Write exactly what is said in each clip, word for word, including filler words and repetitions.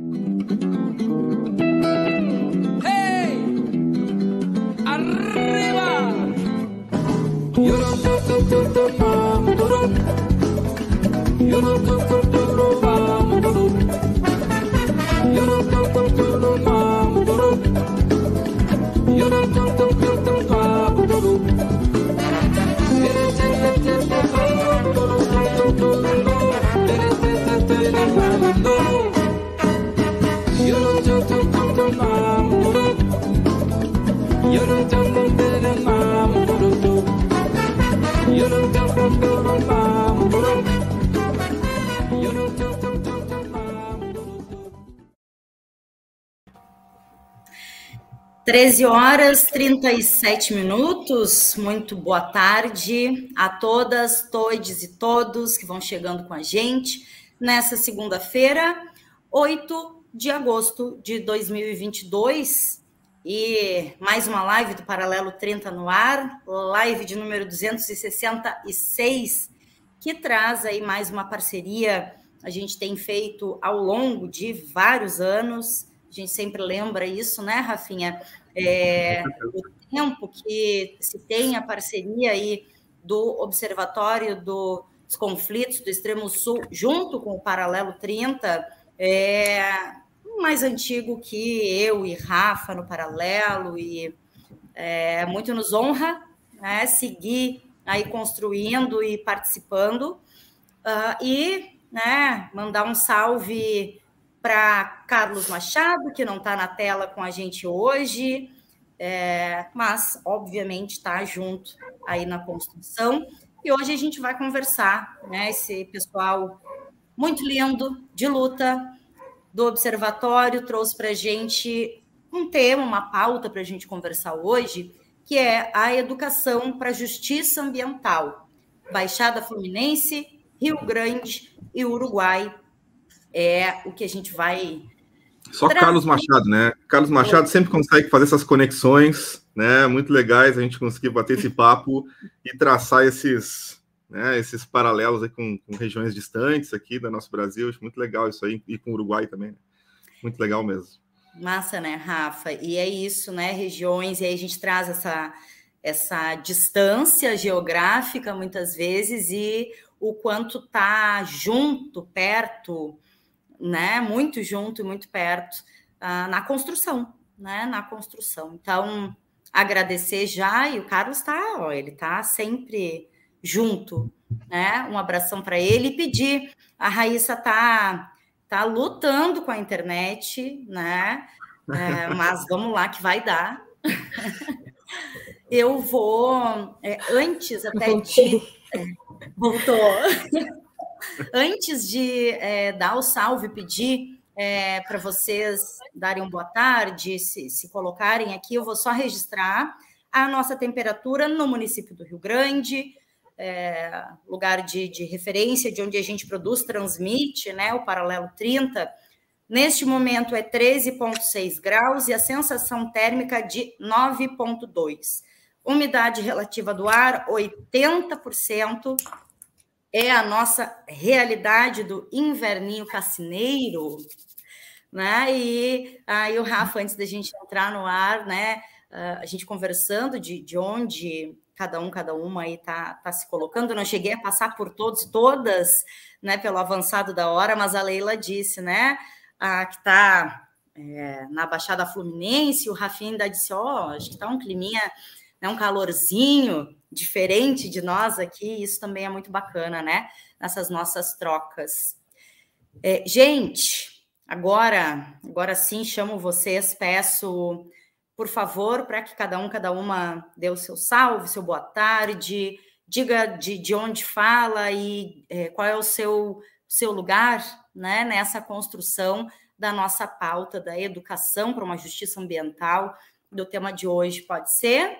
Hey! Arriba! You don't do do do do bam do do. You don't do do do do bam do do. You don't do do do do bam do do. You don't do do do do bam do do. treze horas e trinta e sete minutos, muito boa tarde a todas, todes e todos que vão chegando com a gente nessa segunda-feira, oito de agosto de dois mil e vinte e dois, e mais uma live do Paralelo trinta no ar, live de número duzentos e sessenta e seis, que traz aí mais uma parceria, a gente tem feito ao longo de vários anos, a gente sempre lembra isso, né, Rafinha? É, o tempo que se tem a parceria aí do Observatório do, dos Conflitos do Extremo Sul, junto com o Paralelo trinta, é mais antigo que eu e Rafa no Paralelo, e é, muito nos honra, né, seguir aí construindo e participando, uh, e né, mandar um salve para Carlos Machado, que não está na tela com a gente hoje, é, mas, obviamente, está junto aí na construção. E hoje a gente vai conversar, né, esse pessoal muito lindo, de luta, do Observatório, trouxe para a gente um tema, uma pauta para a gente conversar hoje, que é a educação para a justiça ambiental. Baixada Fluminense, Rio Grande e Uruguai, é o que a gente vai... Só tra... Carlos Machado, né? Carlos Machado sempre consegue fazer essas conexões, né? Muito legais a gente conseguir bater esse papo e traçar esses, né, esses paralelos aí com, com regiões distantes aqui do nosso Brasil. Acho muito legal isso aí, e com o Uruguai também. Né? Muito legal mesmo. Massa, né, Rafa? E é isso, né? Regiões, e aí a gente traz essa, essa distância geográfica, muitas vezes, e o quanto tá junto, perto, né, muito junto e muito perto, uh, na construção, né, na construção. Então, agradecer já, e o Carlos está, ó, ele está sempre junto, né, um abração para ele, e pedir, a Raíssa está tá lutando com a internet, né, é, mas vamos lá que vai dar. Eu vou, é, antes até de... É, voltou... Antes de é, dar o salve, pedir é, para vocês darem uma boa tarde, se, se colocarem aqui, eu vou só registrar a nossa temperatura no município do Rio Grande, é, lugar de, de referência, de onde a gente produz, transmite, né, o Paralelo trinta. Neste momento é treze vírgula seis graus e a sensação térmica de nove vírgula dois. Umidade relativa do ar, oitenta por cento. É a nossa realidade do inverninho cassineiro, né? E aí o Rafa, antes da gente entrar no ar, né? A gente conversando de, de onde cada um, cada uma aí tá, tá se colocando. Eu não cheguei a passar por todos, todas, né? Pelo avançado da hora, mas a Leila disse, né? A que tá é, na Baixada Fluminense, o Rafinha ainda disse, ó, oh, acho que tá um climinha, né? Um calorzinho diferente de nós aqui, isso também é muito bacana, né? Nessas nossas trocas. É, gente, agora, agora sim, chamo vocês, peço, por favor, para que cada um, cada uma dê o seu salve, seu boa tarde, diga de, de onde fala e é, qual é o seu, seu lugar, né, nessa construção da nossa pauta da educação para uma justiça ambiental, do tema de hoje, pode ser?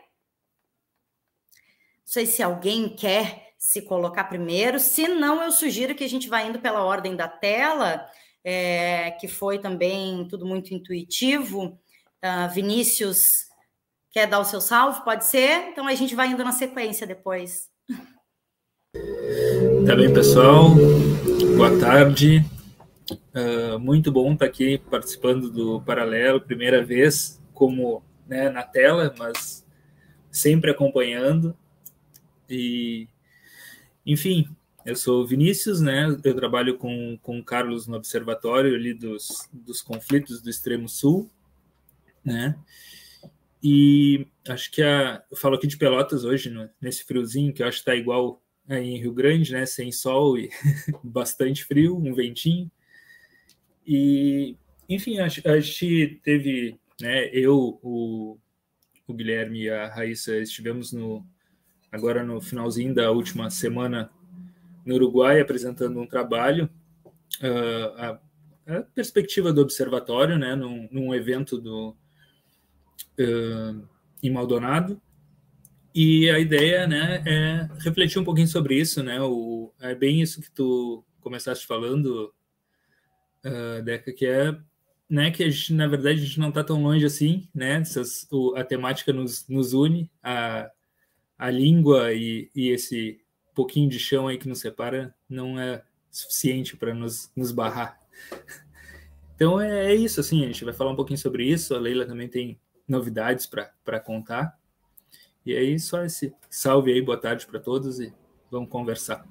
Não sei se alguém quer se colocar primeiro, se não, eu sugiro que a gente vá indo pela ordem da tela, é, que foi também tudo muito intuitivo. Uh, Vinícius quer dar o seu salve? Pode ser? Então a gente vai indo na sequência depois. Tá bem, pessoal? Boa tarde. Uh, muito bom estar aqui participando do Paralelo, primeira vez como, né, na tela, mas sempre acompanhando. E, enfim, eu sou o Vinícius, né? Eu trabalho com, com o Carlos no Observatório ali dos, dos conflitos do Extremo Sul, né? E acho que a, eu falo aqui de Pelotas hoje, no, nesse friozinho, que eu acho que está igual aí em Rio Grande, né? Sem sol e bastante frio, um ventinho. E, enfim, a, a gente teve, né? Eu, o, o Guilherme e a Raíssa estivemos no, agora no finalzinho da última semana no Uruguai apresentando um trabalho, uh, a, a perspectiva do observatório, né? Num, num evento do Uh, em Maldonado, e a ideia, né, é refletir um pouquinho sobre isso, né, o, é bem isso que tu começaste falando, uh, Deca, que é, né, que a gente, na verdade, a gente não está tão longe assim, né, essas, o, a temática nos, nos une, a, a língua e, e esse pouquinho de chão aí que nos separa não é suficiente para nos, nos barrar. Então é, é isso, assim, a gente vai falar um pouquinho sobre isso, a Leila também tem novidades para contar. E aí, só esse salve aí, boa tarde para todos e vamos conversar.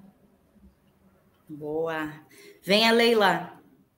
Boa. Venha, Leila.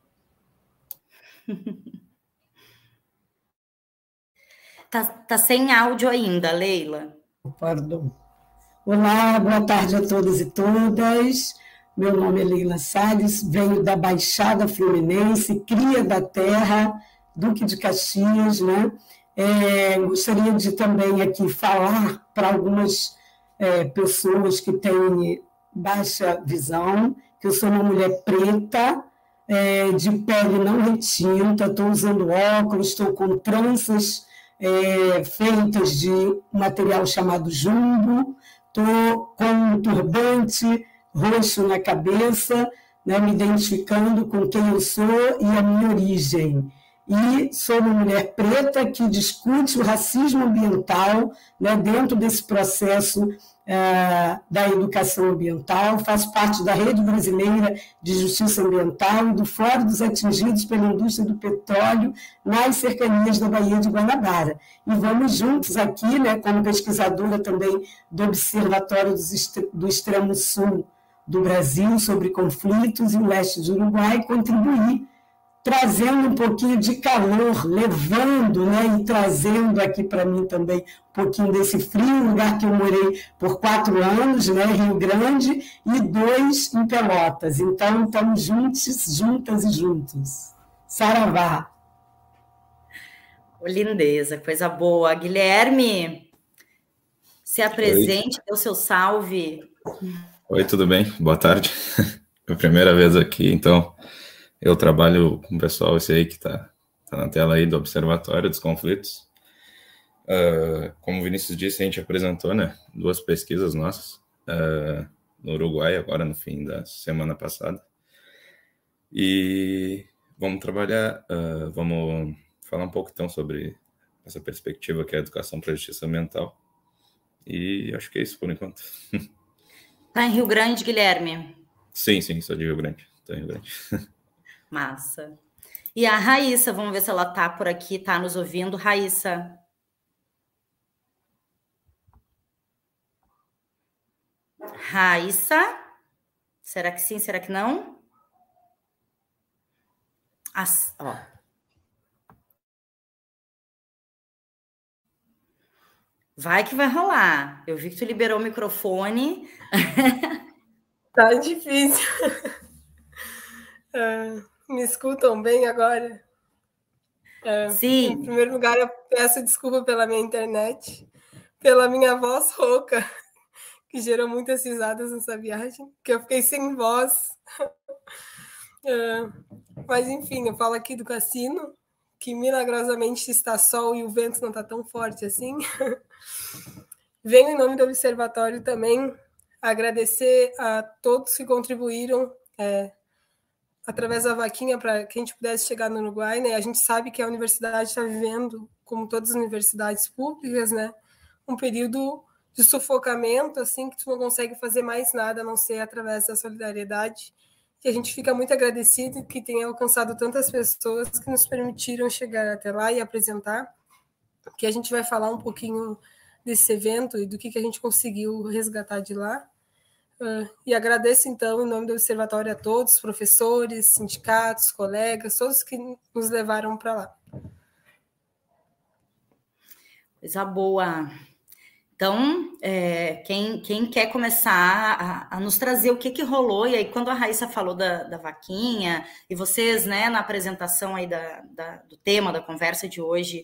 tá, tá sem áudio ainda, Leila. Perdão. Olá, boa tarde a todos e todas. Meu nome é Leila Salles, venho da Baixada Fluminense, cria da terra, Duque de Caxias, né? É, gostaria de também aqui falar para algumas é, pessoas que têm baixa visão, que eu sou uma mulher preta, é, de pele não retinta, estou usando óculos, estou com tranças é, feitas de material chamado jumbo, estou com um turbante roxo na cabeça, né, me identificando com quem eu sou e a minha origem. E sou uma mulher preta que discute o racismo ambiental, né, dentro desse processo uh, da educação ambiental, faço parte da Rede Brasileira de Justiça Ambiental e do Fórum dos Atingidos pela Indústria do Petróleo nas cercanias da Baía de Guanabara. E vamos juntos aqui, né, como pesquisadora também do Observatório do Extremo Sul do Brasil sobre conflitos e o leste do Uruguai, contribuir trazendo um pouquinho de calor, levando, né, e trazendo aqui para mim também um pouquinho desse frio, lugar que eu morei por quatro anos, né, Rio Grande, e dois em Pelotas. Então, estamos juntos, juntas e juntos. Saravá. Oh, lindeza, coisa boa. Guilherme, se apresente, dê o seu salve. Oi, tudo bem? Boa tarde. É a primeira vez aqui, então... Eu trabalho com o pessoal, esse aí que está tá na tela aí do Observatório dos Conflitos. Uh, como o Vinícius disse, a gente apresentou, né, duas pesquisas nossas uh, no Uruguai, agora no fim da semana passada. E vamos trabalhar, uh, vamos falar um pouco então sobre essa perspectiva que é a educação para a justiça ambiental. E acho que é isso por enquanto. Está em Rio Grande, Guilherme? Sim, sim, sou de Rio Grande. Estou em Rio Grande. Massa. E a Raíssa, vamos ver se ela está por aqui, está nos ouvindo. Raíssa. Raíssa? Será que sim, será que não? As, ó. Vai que vai rolar. Eu vi que tu liberou o microfone. Tá difícil. Uh, me escutam bem agora? Uh, Sim. Em primeiro lugar, eu peço desculpa pela minha internet, pela minha voz rouca, que gerou muitas risadas nessa viagem, que eu fiquei sem voz. Uh, mas, enfim, eu falo aqui do cassino, que milagrosamente está sol e o vento não está tão forte assim. Venho em nome do Observatório também agradecer a todos que contribuíram é, através da vaquinha para que a gente pudesse chegar no Uruguai, né? A gente sabe que a universidade está vivendo, como todas as universidades públicas, né, um período de sufocamento, assim, que tu não consegue fazer mais nada a não ser através da solidariedade. que a gente fica muito agradecido que tenha alcançado tantas pessoas que nos permitiram chegar até lá e apresentar, que a gente vai falar um pouquinho desse evento e do que, que a gente conseguiu resgatar de lá. Uh, e agradeço, então, em nome do Observatório a todos, professores, sindicatos, colegas, todos que nos levaram para lá. Coisa boa. Então, é, quem, quem quer começar a, a nos trazer o que, que rolou, e aí quando a Raíssa falou da, da vaquinha, e vocês, né, na apresentação aí da, da, do tema da conversa de hoje,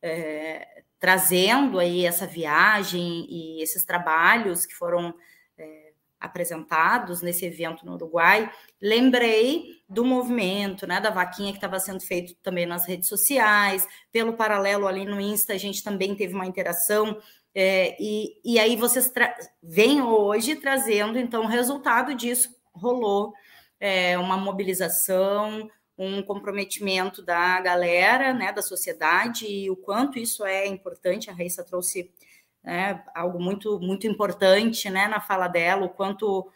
é, trazendo aí essa viagem e esses trabalhos que foram é, apresentados nesse evento no Uruguai, lembrei do movimento, né, da vaquinha que estava sendo feito também nas redes sociais, pelo Paralelo ali no Insta, a gente também teve uma interação. É, e, e aí vocês vêm hoje trazendo, então, o resultado disso rolou é, uma mobilização, um comprometimento da galera, né, da sociedade, e o quanto isso é importante. A Raíssa trouxe né, algo muito, muito importante né, na fala dela, o quanto,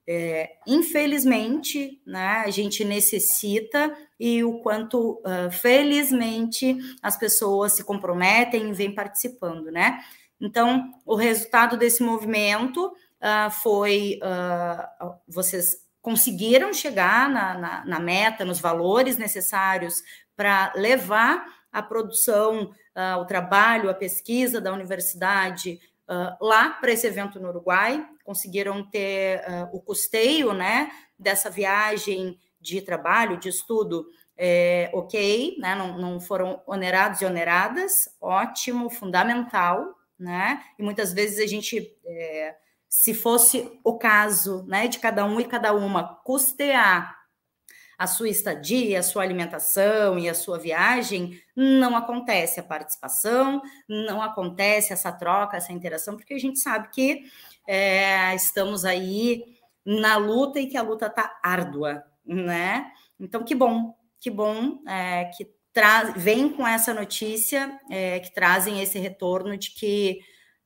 é, infelizmente, né, a gente necessita e o quanto, uh, felizmente, as pessoas se comprometem e vêm participando, né? Então, o resultado desse movimento uh, foi, uh, vocês conseguiram chegar na, na, na meta, nos valores necessários para levar a produção, uh, o trabalho, a pesquisa da universidade uh, lá para esse evento no Uruguai, conseguiram ter uh, o custeio né, dessa viagem de trabalho, de estudo, é, ok, né, não, não foram onerados e oneradas, ótimo, fundamental, né? E muitas vezes a gente, é, se fosse o caso né, de cada um e cada uma custear a sua estadia, a sua alimentação e a sua viagem, não acontece a participação, não acontece essa troca, essa interação, porque a gente sabe que é, estamos aí na luta e que a luta está árdua, né? Então, que bom, que bom é, que Tra- vem com essa notícia, é, que trazem esse retorno de que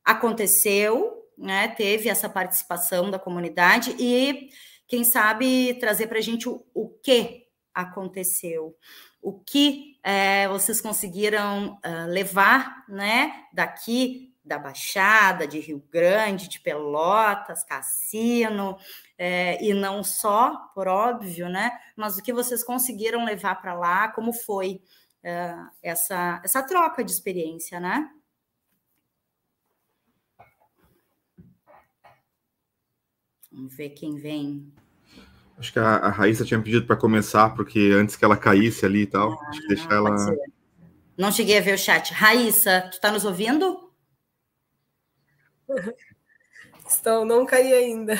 aconteceu, né, teve essa participação da comunidade e, quem sabe, trazer para a gente o, o que aconteceu, o que é, vocês conseguiram uh, levar né, daqui da Baixada, de Rio Grande, de Pelotas, Cassino, é, e não só, por óbvio, né? Mas o que vocês conseguiram levar para lá, como foi é, essa, essa troca de experiência, né? Vamos ver quem vem. Acho que a, a Raíssa tinha pedido para começar, porque antes que ela caísse ali e tal, ah, acho que deixar ela... Não cheguei a ver o chat. Raíssa, tu está nos ouvindo? Estou, não caí ainda.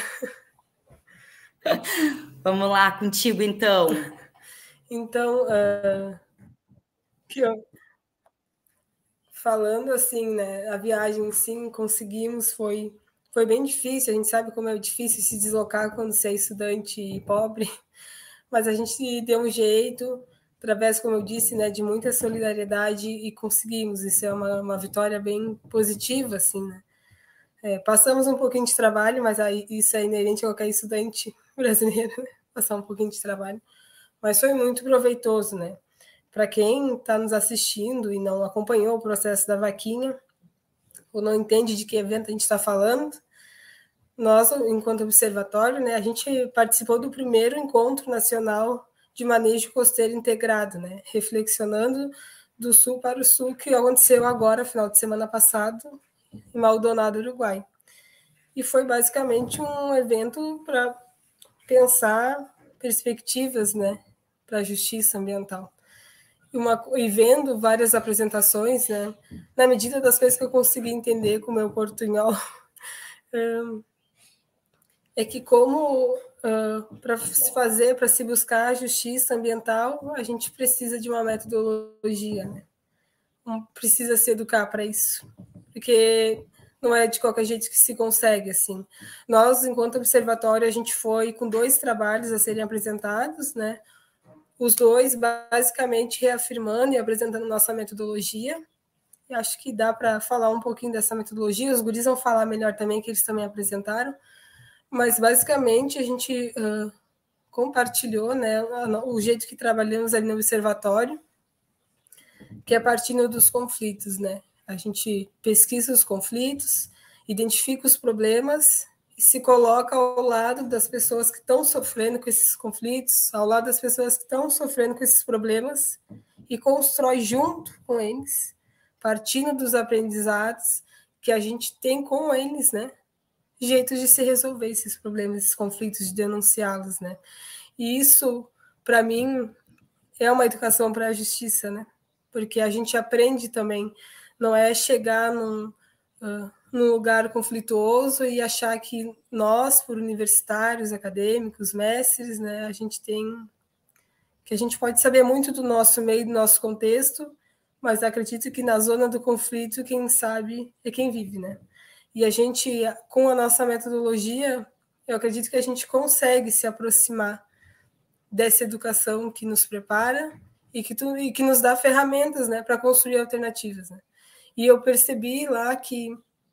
Vamos lá, contigo, então. Então, uh, que eu, falando assim, né, a viagem, sim, conseguimos, foi, foi bem difícil, a gente sabe como é difícil se deslocar quando você é estudante e pobre, mas a gente deu um jeito, através, como eu disse, né, de muita solidariedade e conseguimos, isso é uma, uma vitória bem positiva, assim, né. É, passamos um pouquinho de trabalho, mas aí, isso é inerente a qualquer estudante brasileiro, né? Passar um pouquinho de trabalho. Mas foi muito proveitoso, né? Para quem está nos assistindo e não acompanhou o processo da vaquinha, ou não entende de que evento a gente está falando, nós, enquanto observatório, né, a gente participou do primeiro encontro nacional de manejo costeiro integrado, né? Reflexionando do sul para o sul, que aconteceu agora, final de semana passado, em Maldonado, Uruguai. E foi basicamente um evento para pensar perspectivas, né, para a justiça ambiental. E, uma, e vendo várias apresentações, né, na medida das coisas que eu consegui entender com o meu portunhol, é que como uh, para se fazer, para se buscar a justiça ambiental, a gente precisa de uma metodologia, né? Precisa se educar para isso, porque não é de qualquer jeito que se consegue, assim. Nós, enquanto observatório, a gente foi com dois trabalhos a serem apresentados, né? Os dois basicamente reafirmando e apresentando nossa metodologia. E acho que dá para falar um pouquinho dessa metodologia, os guris vão falar melhor também, que eles também apresentaram, mas basicamente a gente uh, compartilhou, né, o jeito que trabalhamos ali no observatório, que é partindo dos conflitos, né? A gente pesquisa os conflitos, identifica os problemas e se coloca ao lado das pessoas que estão sofrendo com esses conflitos, ao lado das pessoas que estão sofrendo com esses problemas e constrói junto com eles, partindo dos aprendizados que a gente tem com eles, né? Jeitos de se resolver esses problemas, esses conflitos, de denunciá-los, né? E isso, para mim, é uma educação para a justiça, né? Porque a gente aprende também, não é chegar num, uh, num lugar conflituoso e achar que nós, por universitários, acadêmicos, mestres, né, a gente tem, que a gente pode saber muito do nosso meio, do nosso contexto, mas acredito que na zona do conflito, quem sabe é quem vive, né? E a gente, com a nossa metodologia, eu acredito que a gente consegue se aproximar dessa educação que nos prepara e que, tu, e que nos dá ferramentas, né, para construir alternativas, né? E eu percebi lá que,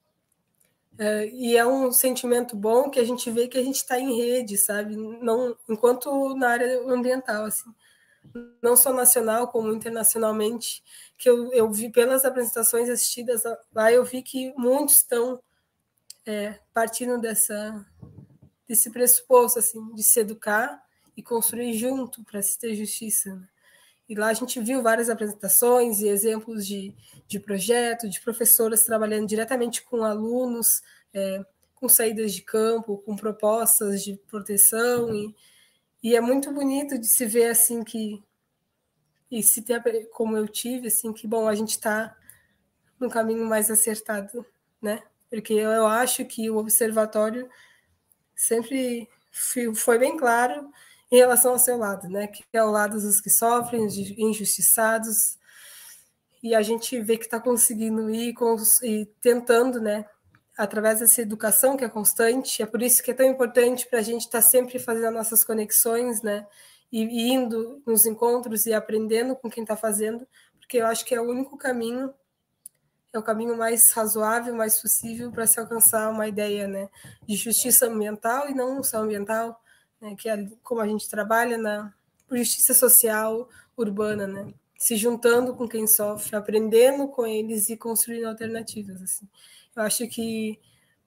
é, e é um sentimento bom que a gente vê que a gente está em rede, sabe? Não, enquanto na área ambiental, assim, não só nacional como internacionalmente, que eu, eu vi pelas apresentações assistidas lá, eu vi que muitos estão é, partindo dessa, desse pressuposto, assim, de se educar e construir junto para se ter justiça, né? E lá a gente viu várias apresentações e exemplos de, de projeto, de professoras trabalhando diretamente com alunos, é, com saídas de campo, com propostas de proteção, e, e é muito bonito de se ver assim que, e se ter, como eu tive, assim, que bom, a gente está no caminho mais acertado, né? Porque eu, eu acho que o observatório sempre foi bem claro em relação ao seu lado, né? Que é o lado dos que sofrem, injustiçados, e a gente vê que está conseguindo ir e tentando, né? Através dessa educação que é constante, é por isso que é tão importante para a gente estar tá sempre fazendo nossas conexões, né? E, e indo nos encontros e aprendendo com quem está fazendo, porque eu acho que é o único caminho, é o caminho mais razoável, mais possível para se alcançar uma ideia, né, de justiça ambiental e não só ambiental, né, que é como a gente trabalha na por justiça social urbana, né, se juntando com quem sofre, aprendendo com eles e construindo alternativas, assim. Eu acho que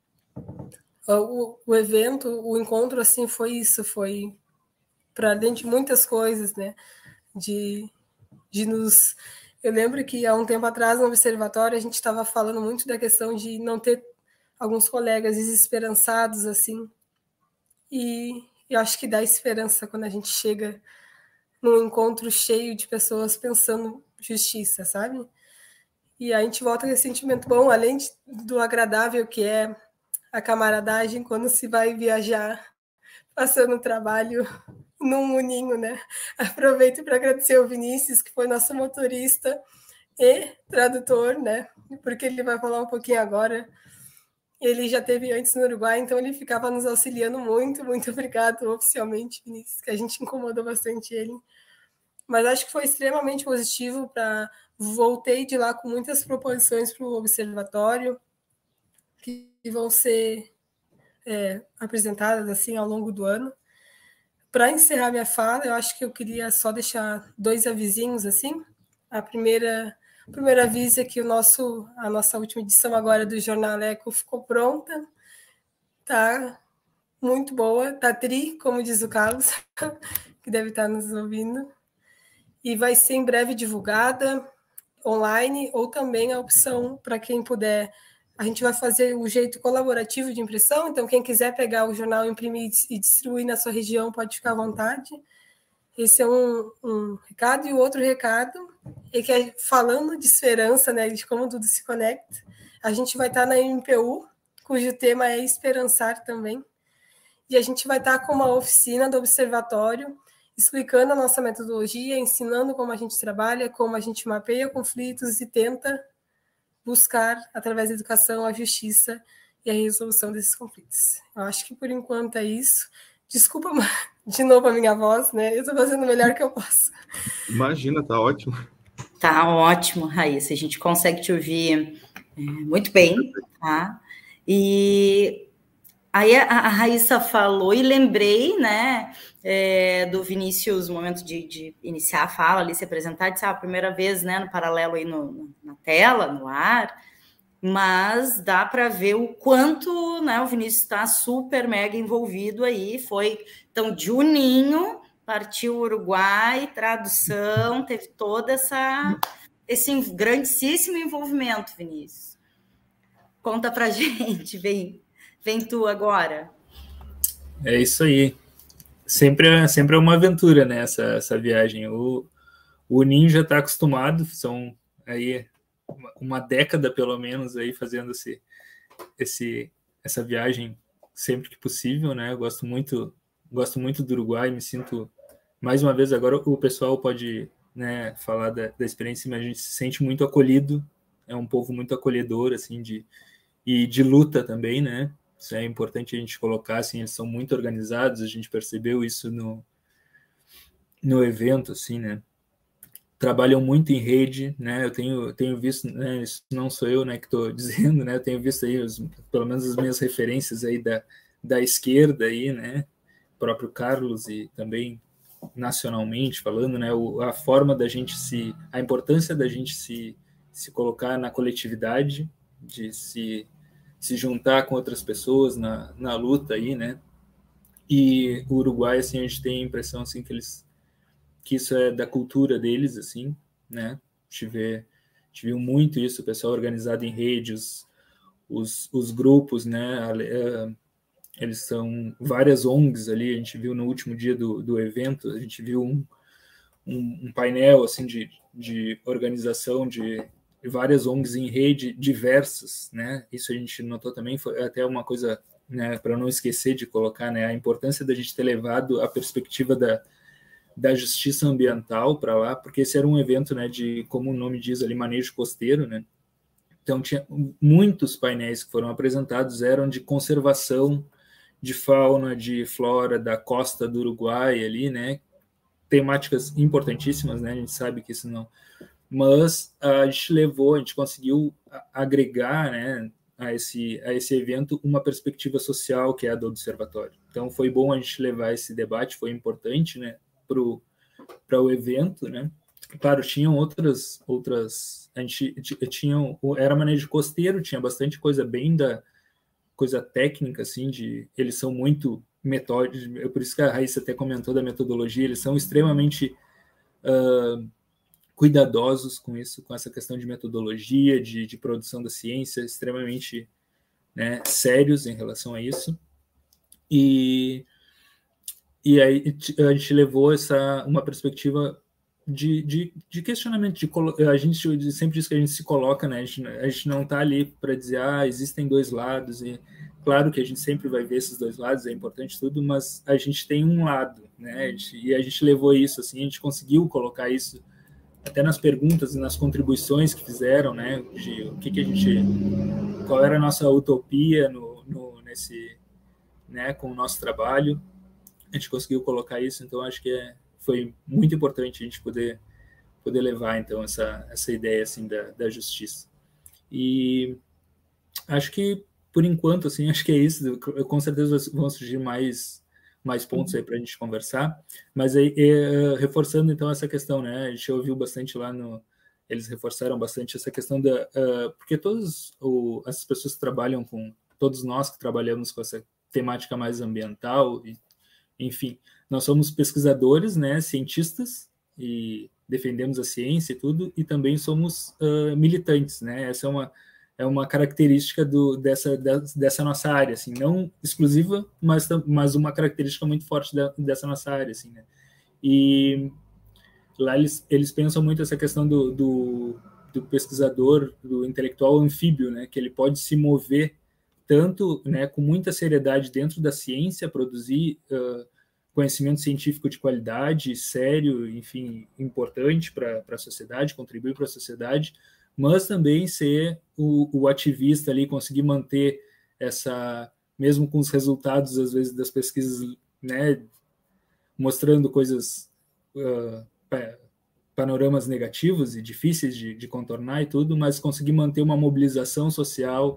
o, o evento, o encontro, assim, foi isso, foi para além de muitas coisas, né, de, de nos... Eu lembro que há um tempo atrás, no observatório, a gente estava falando muito da questão de não ter alguns colegas desesperançados, assim, e eu acho que dá esperança quando a gente chega num encontro cheio de pessoas pensando justiça, sabe? E a gente volta com esse sentimento bom, além de, do agradável que é a camaradagem quando se vai viajar, passando trabalho num uninho, né? Aproveito para agradecer ao Vinícius, que foi nosso motorista e tradutor, né? Porque ele vai falar um pouquinho agora. Ele já teve antes no Uruguai, então ele ficava nos auxiliando muito. Muito obrigado oficialmente, Vinícius, que a gente incomodou bastante ele. Mas acho que foi extremamente positivo. Para voltei de lá com muitas proposições para o observatório, que vão ser é, apresentadas assim ao longo do ano. Para encerrar minha fala, eu acho que eu queria só deixar dois avisinhos assim. A primeira, a primeira aviso é que o nosso, a nossa última edição agora do Jornal Eco ficou pronta. Tá muito boa, tá tri, como diz o Carlos, que deve estar nos ouvindo. E vai ser em breve divulgada online, ou também a opção para quem puder. A gente vai fazer o jeito colaborativo de impressão, então quem quiser pegar o jornal, imprimir e distribuir na sua região pode ficar à vontade. Esse é um, um recado. E o outro recado é que, é, falando de esperança, né, de como tudo se conecta, a gente vai estar na M P U, cujo tema é esperançar também, e a gente vai estar com uma oficina do observatório, explicando a nossa metodologia, ensinando como a gente trabalha, como a gente mapeia conflitos e tenta buscar, através da educação, a justiça e a resolução desses conflitos. Eu acho que, por enquanto, é isso. Desculpa de novo a minha voz, né? Eu estou fazendo o melhor que eu posso. Imagina, tá ótimo. Tá ótimo, Raíssa. A gente consegue te ouvir é, muito bem, tá? E Aí a, a Raíssa falou e lembrei, né, é, do Vinícius, no momento de, de iniciar a fala ali, se apresentar, disse, ah, a primeira vez, né, no paralelo aí no, na tela, no ar, mas dá para ver o quanto, né, o Vinícius está super mega envolvido aí, foi, então, Juninho, partiu o Uruguai, tradução, teve toda essa, esse grandíssimo envolvimento, Vinícius. Conta pra gente, vem. Vem tu agora. É isso aí. Sempre é, sempre é uma aventura, né, essa, essa viagem. O, o Ninja está acostumado, são aí uma, uma década, pelo menos, aí fazendo esse, esse, essa viagem sempre que possível, né? Eu gosto muito, gosto muito do Uruguai, me sinto, mais uma vez, agora o pessoal pode, né, falar da, da experiência, mas a gente se sente muito acolhido, é um povo muito acolhedor, assim, de, e de luta também, né? Isso é importante a gente colocar, assim, eles são muito organizados, a gente percebeu isso no, no evento, assim, né? Trabalham muito em rede, né? Eu tenho, tenho visto, né? Isso não sou eu, né, que estou dizendo, né? Eu tenho visto aí, os, pelo menos as minhas referências aí da, da esquerda aí, né? O próprio Carlos e também nacionalmente falando, né? O, a forma da gente se... A importância da gente se, se colocar na coletividade, de se... se juntar com outras pessoas na, na luta aí, né? E o Uruguai, assim, a gente tem a impressão, assim, que eles, que isso é da cultura deles, assim, né? A gente vê, a gente viu muito isso, o pessoal organizado em redes, os, os grupos, né? Eles são várias O N Gs ali, a gente viu no último dia do, do evento, a gente viu um, um, um painel, assim, de, de organização de várias O N Gs em rede diversas, né? Isso a gente notou também, foi até uma coisa, né, para não esquecer de colocar, né, a importância da gente ter levado a perspectiva da, da justiça ambiental para lá, porque esse era um evento, né, de, como o nome diz ali, manejo costeiro, né? Então tinha muitos painéis que foram apresentados, eram de conservação de fauna, de flora da costa do Uruguai ali, né? Temáticas importantíssimas, né? A gente sabe que isso não... Mas a gente levou, a gente conseguiu agregar, né, a, esse, a esse evento uma perspectiva social que é a do observatório. Então foi bom a gente levar esse debate, foi importante, né, para o evento, né. Claro, tinham outras, outras a gente tinha, era manejo costeiro, tinha bastante coisa bem da coisa técnica, assim, de, eles são muito metódicos, é por isso que a Raíssa até comentou da metodologia, eles são extremamente... Uh, cuidadosos com isso, com essa questão de metodologia, de, de produção da ciência, extremamente, né, sérios em relação a isso. E, e aí a gente levou essa, uma perspectiva de, de, de questionamento, de, a gente sempre diz que a gente se coloca, né, a gente, a gente não está ali para dizer, ah, existem dois lados, e claro que a gente sempre vai ver esses dois lados, é importante tudo, mas a gente tem um lado, né, a gente, e a gente levou isso, assim, a gente conseguiu colocar isso até nas perguntas e nas contribuições que fizeram, né, de o que, que a gente, qual era a nossa utopia no, no, nesse, né, com o nosso trabalho, a gente conseguiu colocar isso, então acho que é, foi muito importante a gente poder, poder levar, então, essa, essa ideia, assim, da, da justiça. E acho que, por enquanto, assim, acho que é isso, com certeza vão surgir mais... mais pontos aí para a gente conversar, mas aí, é, reforçando então essa questão, né, a gente ouviu bastante lá no, eles reforçaram bastante essa questão da, uh, porque todas as pessoas que trabalham com, todos nós que trabalhamos com essa temática mais ambiental, e, enfim, nós somos pesquisadores, né, cientistas, e defendemos a ciência e tudo, e também somos uh, militantes, né, essa é uma é uma característica do, dessa, dessa nossa área, assim, não exclusiva, mas, mas uma característica muito forte da, dessa nossa área, assim, né? E lá eles, eles pensam muito essa questão do, do, do pesquisador, do intelectual anfíbio, né? Que ele pode se mover tanto, né, com muita seriedade dentro da ciência, produzir uh, conhecimento científico de qualidade, sério, enfim, importante para a sociedade, contribuir para a sociedade, mas também ser o, o ativista ali, conseguir manter essa, mesmo com os resultados, às vezes, das pesquisas, né, mostrando coisas, uh, panoramas negativos e difíceis de, de contornar e tudo, mas conseguir manter uma mobilização social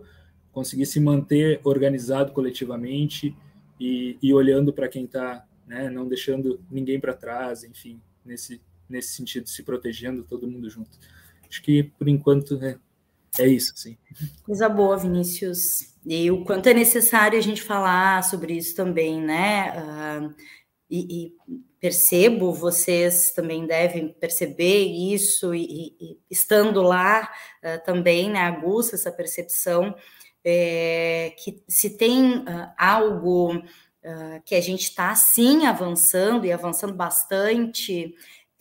conseguir se manter organizado coletivamente e, e olhando para quem está, né, não deixando ninguém para trás, enfim, nesse, nesse sentido, se protegendo todo mundo junto. Acho que, por enquanto, é, é isso, sim. Coisa boa, Vinícius. E o quanto é necessário a gente falar sobre isso também, né? Uh, e, e percebo, vocês também devem perceber isso, e, e estando lá uh, também, né, aguça essa percepção, é, que se tem uh, algo uh, que a gente está, sim, avançando, e avançando bastante,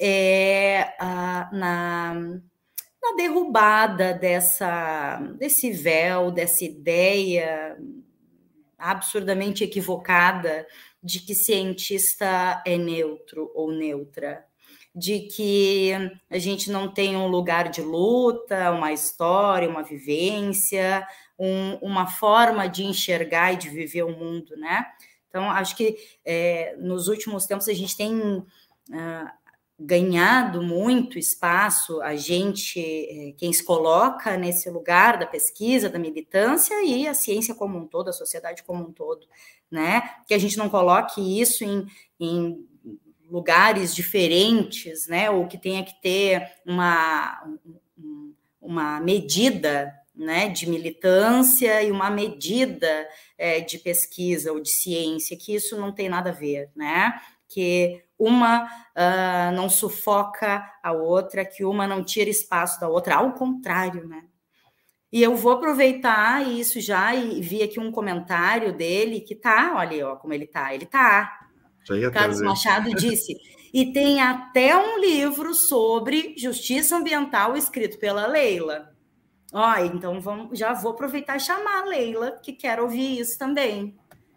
é uh, na... na derrubada dessa, desse véu, dessa ideia absurdamente equivocada de que cientista é neutro ou neutra, de que a gente não tem um lugar de luta, uma história, uma vivência, um, uma forma de enxergar e de viver o mundo, né? Então, acho que é, nos últimos tempos a gente tem... Uh, ganhado muito espaço, a gente, quem se coloca nesse lugar da pesquisa, da militância, e a ciência como um todo, a sociedade como um todo, né? Que a gente não coloque isso em, em lugares diferentes, né? Ou que tenha que ter uma, uma medida, né, de militância e uma medida é, de pesquisa ou de ciência, que isso não tem nada a ver, né? Que uma uh, não sufoca a outra, que uma não tira espaço da outra, ao contrário, né? E eu vou aproveitar isso já, e vi aqui um comentário dele que tá, olha ó, como ele tá, ele tá. Carlos Machado disse, e tem até um livro sobre justiça ambiental escrito pela Leila. Ó, então vamos, já vou aproveitar e chamar a Leila, que quer ouvir isso também.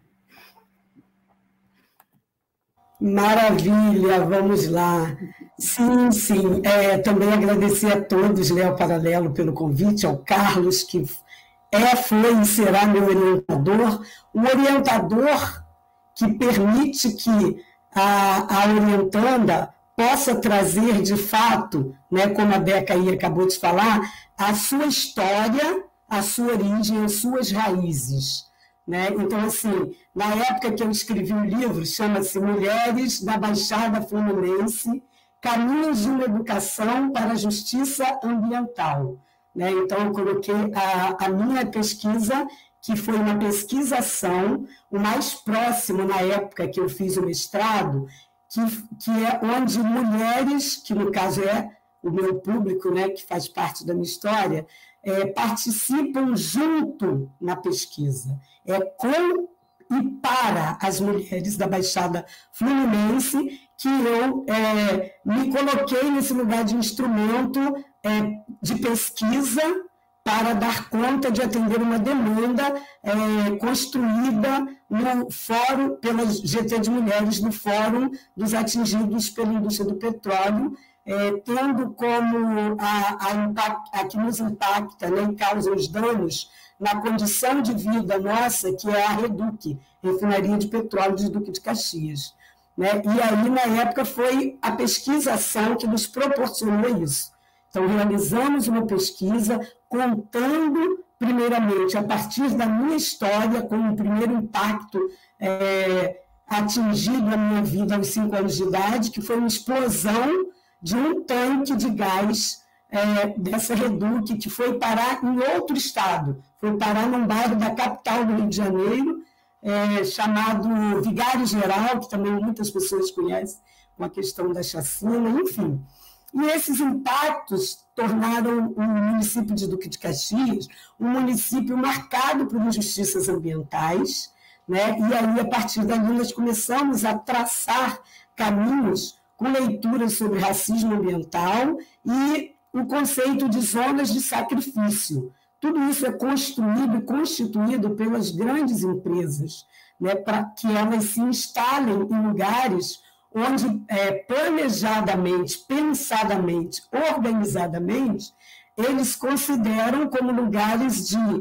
Maravilha, vamos lá. Sim, sim. É, também agradecer a todos, né, ao Paralelo, pelo convite, ao Carlos, que é, foi e será meu orientador, um orientador que permite que a, a orientanda possa trazer, de fato, né, como a Beca aí acabou de falar, a sua história, a sua origem, as suas raízes. Né? Então, assim, na época que eu escrevi o livro, chama-se Mulheres da Baixada Fluminense, Caminhos de uma Educação para a Justiça Ambiental. Né? Então, eu coloquei a, a minha pesquisa, que foi uma pesquisação, o mais próximo na época que eu fiz o mestrado, que, que é onde mulheres, que no caso é o meu público, né, que faz parte da minha história, é, participam junto na pesquisa. É com e para as mulheres da Baixada Fluminense que eu é, me coloquei nesse lugar de instrumento é, de pesquisa para dar conta de atender uma demanda é, construída no fórum, pela G T de Mulheres, no Fórum dos Atingidos pela Indústria do Petróleo, é, tendo como a, a, impact, a que nos impacta, né, e causa os danos na condição de vida nossa, que é a Reduc, Refinaria de Petróleo de Duque de Caxias. Né? E aí, na época, foi a pesquisação que nos proporcionou isso. Então, realizamos uma pesquisa contando, primeiramente, a partir da minha história, com o primeiro impacto é, atingido na minha vida aos cinco anos de idade, que foi uma explosão de um tanque de gás é, dessa Reduc, que foi parar em outro estado, foi parar num bairro da capital do Rio de Janeiro, é, chamado Vigário Geral, que também muitas pessoas conhecem, com a questão da chacina, enfim. E esses impactos tornaram o município de Duque de Caxias um município marcado por injustiças ambientais, né? E aí, a partir dali, nós começamos a traçar caminhos com leituras sobre racismo ambiental e o conceito de zonas de sacrifício. Tudo isso é construído e constituído pelas grandes empresas, né, para que elas se instalem em lugares onde, é, planejadamente, pensadamente, organizadamente, eles consideram como lugares de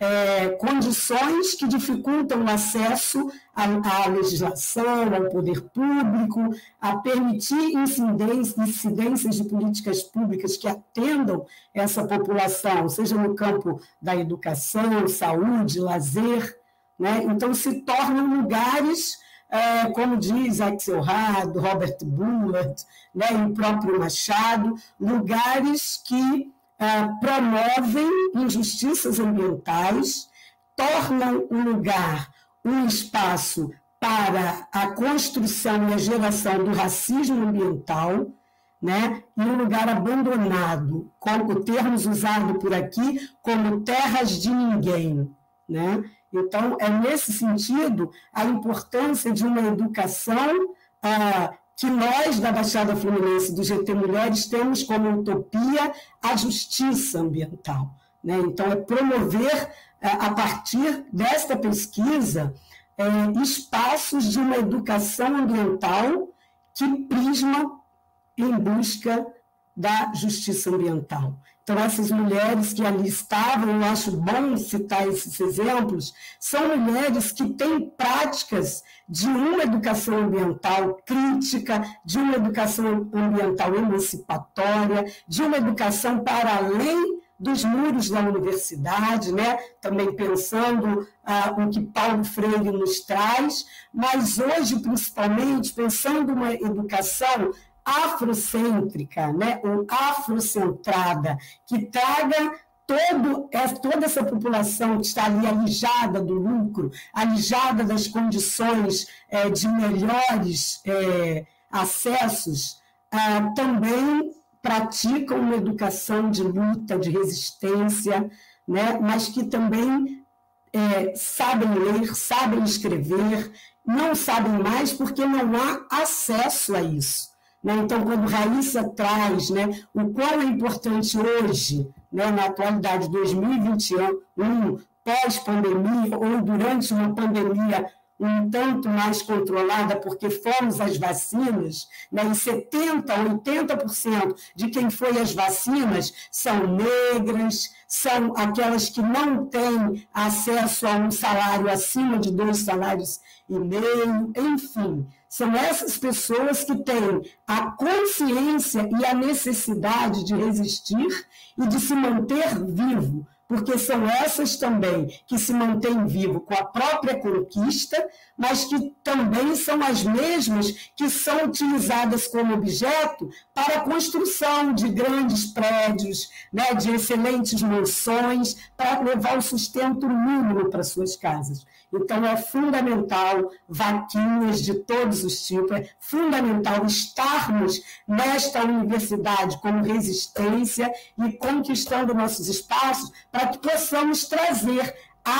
é, condições que dificultam o acesso à, à legislação, ao poder público, a permitir incidências, incidências de políticas públicas que atendam essa população, seja no campo da educação, saúde, lazer, né? Então, se tornam lugares, é, como diz Axel Hard, Robert Bullard, né, e o próprio Machado, lugares que é, promovem injustiças ambientais, tornam o lugar um espaço para a construção e a geração do racismo ambiental, né, e um lugar abandonado, como termos usado por aqui como terras de ninguém, né? Então, é nesse sentido a importância de uma educação ah, que nós, da Baixada Fluminense do G T Mulheres, temos como utopia a justiça ambiental, né? Então, é promover, ah, a partir desta pesquisa, eh, espaços de uma educação ambiental que prisma em busca da justiça ambiental. Então, essas mulheres que ali estavam, eu acho bom citar esses exemplos, são mulheres que têm práticas de uma educação ambiental crítica, de uma educação ambiental emancipatória, de uma educação para além dos muros da universidade, né? Também pensando ah, o que Paulo Freire nos traz, mas hoje, principalmente, pensando uma educação afrocêntrica, né, ou afrocentrada, que traga todo, toda essa população que está ali alijada do lucro, alijada das condições é, de melhores é, acessos, ah, também praticam uma educação de luta, de resistência, né, mas que também é, sabem ler, sabem escrever, não sabem mais porque não há acesso a isso. Então, quando Raíssa traz, né, o quão é importante hoje, né, na atualidade dois mil e vinte e um, pós-pandemia, ou durante uma pandemia um tanto mais controlada, porque fomos às vacinas, né, e setenta por cento, oitenta por cento de quem foi às vacinas são negras, são aquelas que não têm acesso a um salário acima de dois salários e meio, enfim. São essas pessoas que têm a consciência e a necessidade de resistir e de se manter vivo, porque são essas também que se mantêm vivo com a própria conquista, mas que também são as mesmas que são utilizadas como objeto para a construção de grandes prédios, né, de excelentes mansões, para levar o sustento mínimo para suas casas. Então, é fundamental, vaquinhas de todos os tipos, é fundamental estarmos nesta universidade como resistência e conquistando nossos espaços para que possamos trazer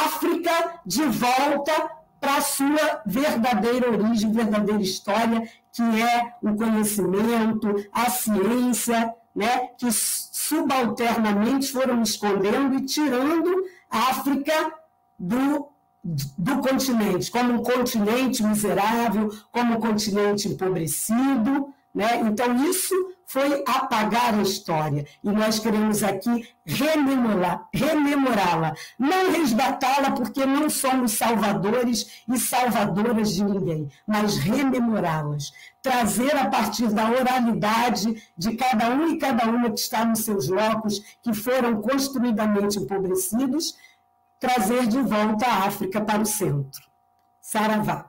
África de volta para a sua verdadeira origem, verdadeira história, que é o conhecimento, a ciência, né, que subalternamente foram escondendo e tirando a África do do continente, como um continente miserável, como um continente empobrecido, né? Então, isso foi apagar a história, e nós queremos aqui rememorar, rememorá-la, não resgatá-la, porque não somos salvadores e salvadoras de ninguém, mas rememorá-las, trazer a partir da oralidade de cada um e cada uma que está nos seus locos, que foram construidamente empobrecidos, trazer de volta a África para o centro. Saravá.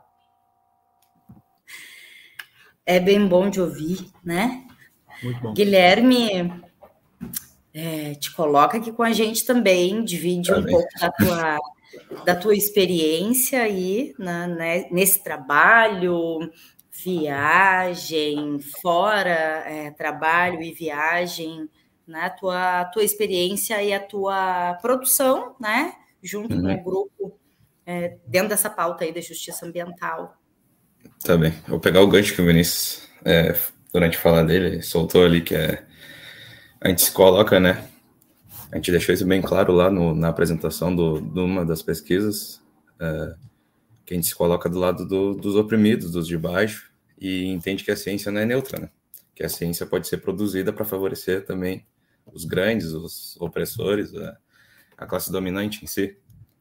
É bem bom de ouvir, né? Muito bom. Guilherme, é, te coloca aqui com a gente também, divide tá um bem. pouco da tua, da tua experiência aí, né, né, nesse trabalho, viagem, fora é, trabalho e viagem, né, a tua, tua experiência e a tua produção, né? Junto uhum. com o grupo, é, dentro dessa pauta aí da justiça ambiental. Tá bem. Vou pegar o gancho que o Vinícius, é, durante a fala dele, soltou ali, que é... A gente se coloca, né? A gente deixou isso bem claro lá no, na apresentação do, de uma das pesquisas, é, que a gente se coloca do lado do, dos oprimidos, dos de baixo, e entende que a ciência não é neutra, né? Que a ciência pode ser produzida para favorecer também os grandes, os opressores, a, a classe dominante em si.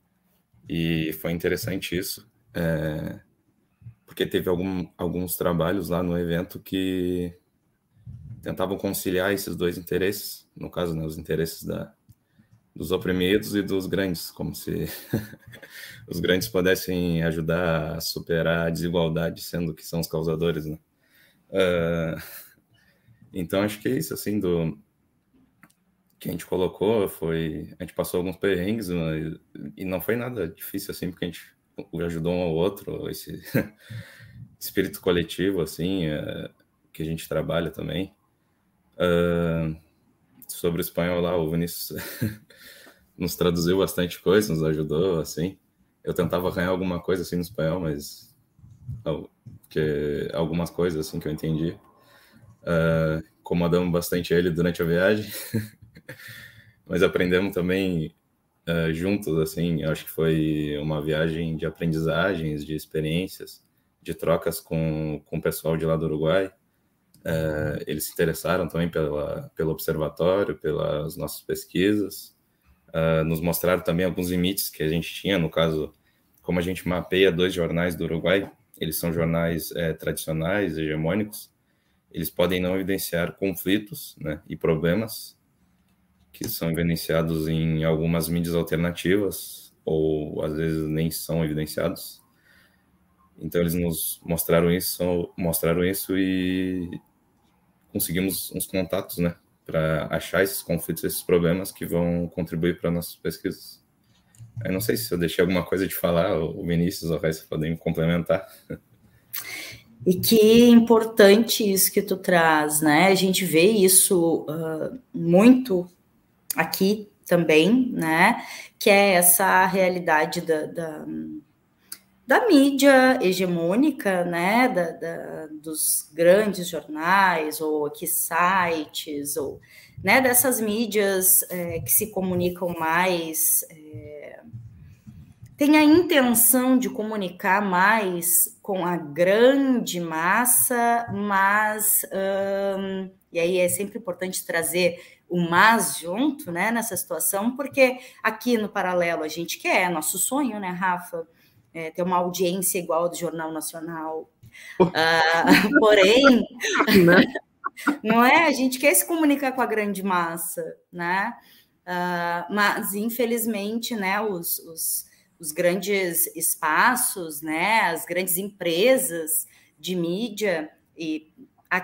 E foi interessante isso, é, porque teve algum, alguns trabalhos lá no evento que tentavam conciliar esses dois interesses, no caso, né, os interesses da, dos oprimidos e dos grandes, como se os grandes pudessem ajudar a superar a desigualdade, sendo que são os causadores, né? Uh, então, acho que é isso, assim, do que a gente colocou, foi... A gente passou alguns perrengues, mas, e não foi nada difícil, assim, porque a gente ajudou um ao outro, esse espírito coletivo, assim, uh, que a gente trabalha também. Uh, sobre o espanhol lá, o Vinícius nos traduziu bastante coisa, nos ajudou, assim. Eu tentava arranhar alguma coisa, assim, no espanhol, mas... que algumas coisas, assim, que eu entendi. Uh, incomodamos bastante ele durante a viagem. Mas aprendemos também uh, juntos, assim. Eu acho que foi uma viagem de aprendizagens, de experiências, de trocas com, com o pessoal de lá do Uruguai. Uh, eles se interessaram também pela, pelo observatório, pelas nossas pesquisas. Uh, nos mostraram também alguns limites que a gente tinha, no caso, como a gente mapeia dois jornais do Uruguai, eles são jornais é, tradicionais, hegemônicos, eles podem não evidenciar conflitos, né, e problemas que são evidenciados em algumas mídias alternativas, ou às vezes nem são evidenciados. Então eles nos mostraram isso, mostraram isso e conseguimos uns contatos, né, para achar esses conflitos, esses problemas que vão contribuir para nossas pesquisas. Eu não sei se eu deixei alguma coisa de falar, o Vinícius ou o Raíssa podem complementar. E que importante isso que tu traz, né? A gente vê isso uh, muito aqui também, né? Que é essa realidade da, da, da mídia hegemônica, né? Da, da, dos grandes jornais, ou aqui sites, ou né? Dessas mídias é, que se comunicam mais... É, tem a intenção de comunicar mais com a grande massa, mas, hum, e aí é sempre importante trazer o mas junto, né, nessa situação, porque aqui no Paralelo a gente quer, é nosso sonho, né, Rafa, é, ter uma audiência igual do Jornal Nacional, uh, porém, não é? A gente quer se comunicar com a grande massa, né, uh, mas infelizmente, né, os... os os grandes espaços, né, as grandes empresas de mídia, e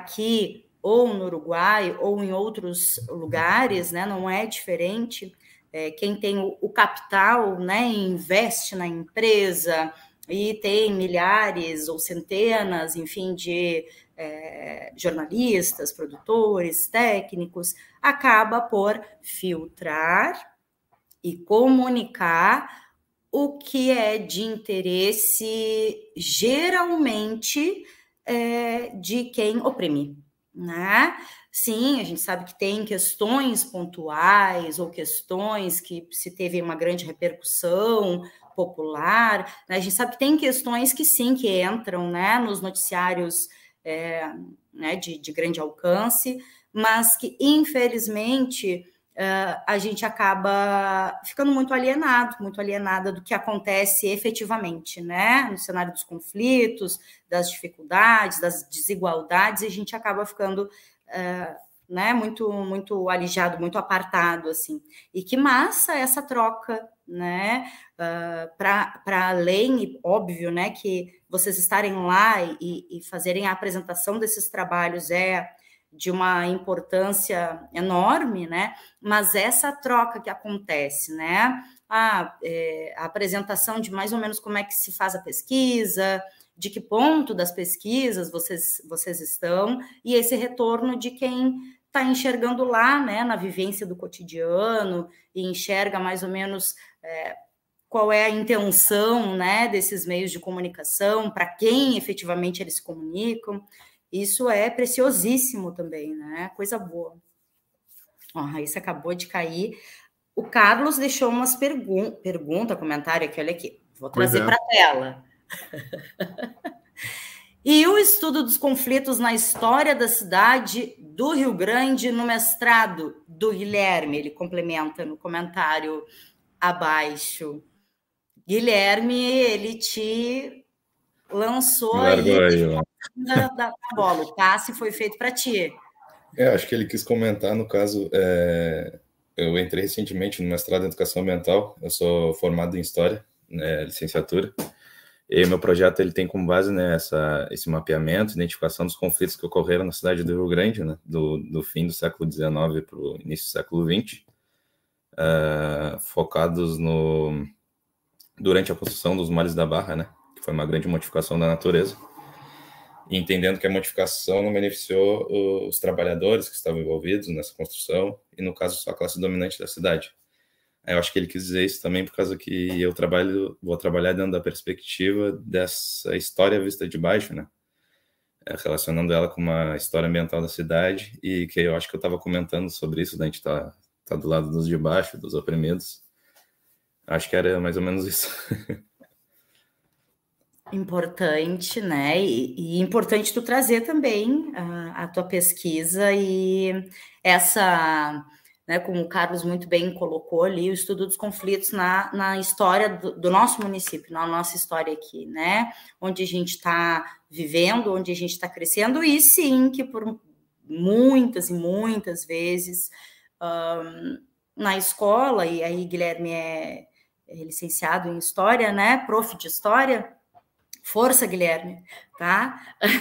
aqui ou no Uruguai ou em outros lugares, né, não é diferente. É, quem tem o, o capital, né, investe na empresa e tem milhares ou centenas, enfim, de é, jornalistas, produtores, técnicos, acaba por filtrar e comunicar o que é de interesse, geralmente, é, de quem oprime, né? Sim, a gente sabe que tem questões pontuais ou questões que se teve uma grande repercussão popular, né? A gente sabe que tem questões que sim, que entram, né, nos noticiários é, né, de, de grande alcance, mas que, infelizmente... Uh, a gente acaba ficando muito alienado, muito alienada do que acontece efetivamente, né? No cenário dos conflitos, das dificuldades, das desigualdades, e a gente acaba ficando uh, né, muito, muito alijado, muito apartado, assim. E que massa essa troca, né? Uh, para além, e óbvio, né, que vocês estarem lá e, e fazerem a apresentação desses trabalhos é de uma importância enorme, né? Mas essa troca que acontece, né? A, é, a apresentação de mais ou menos como é que se faz a pesquisa, de que ponto das pesquisas vocês, vocês estão, e esse retorno de quem está enxergando lá, né, na vivência do cotidiano, e enxerga mais ou menos é, qual é a intenção, né, desses meios de comunicação, para quem efetivamente eles se comunicam. Isso é preciosíssimo também, né? Coisa boa. Ó, a Raíssa acabou de cair. O Carlos deixou umas pergun perguntas, comentário aqui, olha aqui. Vou trazer é. para a tela. E o estudo dos conflitos na história da cidade do Rio Grande no mestrado do Guilherme, ele complementa no comentário abaixo. Guilherme, ele te lançou aí, aí da, da bola. O passe foi feito para ti. É, acho que ele quis comentar, no caso, é, eu entrei recentemente no mestrado em Educação Ambiental, eu sou formado em História, né, licenciatura, e meu projeto ele tem como base, né, essa, esse mapeamento, identificação dos conflitos que ocorreram na cidade do Rio Grande, né, do, do fim do século dezenove para o início do século vinte, uh, focados no, durante a construção dos Males da Barra, né, que foi uma grande modificação da natureza, e entendendo que a modificação não beneficiou os trabalhadores que estavam envolvidos nessa construção, e no caso só a classe dominante da cidade. Eu acho que ele quis dizer isso também por causa que eu trabalho, vou trabalhar dentro da perspectiva dessa história vista de baixo, né? É, relacionando ela com uma história ambiental da cidade, e que eu acho que eu estava comentando sobre isso, né? A gente tá, tá do lado dos de baixo, dos oprimidos. Acho que era mais ou menos isso. Importante, né? E, e importante tu trazer também a, a tua pesquisa e essa... Né, como o Carlos muito bem colocou ali, o estudo dos conflitos na, na história do, do nosso município, na nossa história aqui, né? Onde a gente está vivendo, onde a gente está crescendo, e sim que por muitas e muitas vezes um, na escola, e aí Guilherme é, é licenciado em História, né? Prof de História, força, Guilherme, tá?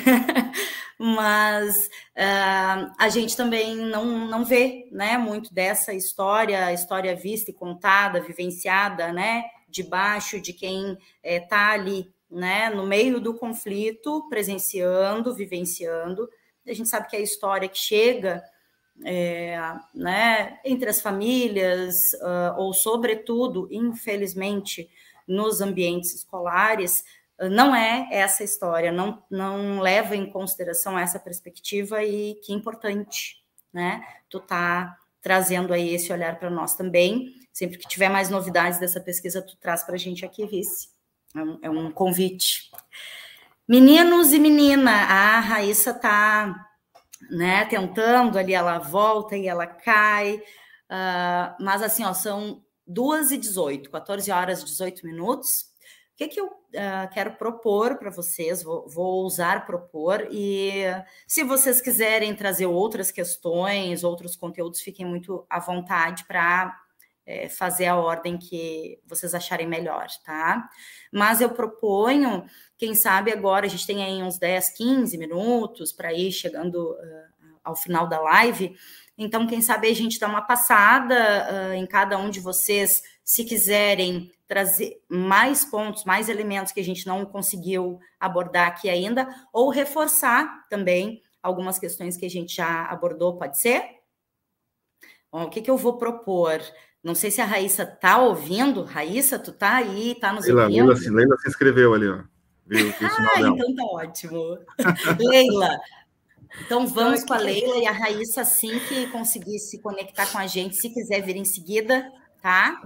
Mas uh, a gente também não, não vê, né, muito dessa história, história vista e contada, vivenciada, né, de baixo, de quem está é, ali, né, no meio do conflito, presenciando, vivenciando. A gente sabe que a história que chega é, né, entre as famílias, uh, ou sobretudo, infelizmente, nos ambientes escolares, não é essa história, não, não leva em consideração essa perspectiva, e que importante, né? Tu tá trazendo aí esse olhar para nós também. Sempre que tiver mais novidades dessa pesquisa, tu traz para a gente aqui, Vice. É um, é um convite. Meninos e menina, a Raíssa tá, né, tentando ali, ela volta e ela cai, uh, mas assim, ó, são duas e dezoito, quatorze horas e dezoito minutos. O que, que eu uh, quero propor para vocês, vou, vou ousar propor, e se vocês quiserem trazer outras questões, outros conteúdos, fiquem muito à vontade para é, fazer a ordem que vocês acharem melhor, tá? Mas eu proponho, quem sabe agora, a gente tem aí uns dez, quinze minutos para ir chegando uh, ao final da live, então quem sabe a gente dá uma passada uh, em cada um de vocês, se quiserem trazer mais pontos, mais elementos que a gente não conseguiu abordar aqui ainda, ou reforçar também algumas questões que a gente já abordou, pode ser? Bom, o que, que eu vou propor? Não sei se a Raíssa está ouvindo. Raíssa, tu tá aí, tá nos Leila, ouvindo? Leila, Leila se inscreveu ali, ó. Viu, viu o sinal ah, dela. Então tá ótimo. Leila, então vamos com a Leila e a Raíssa, assim que conseguir se conectar com a gente, se quiser vir em seguida, tá?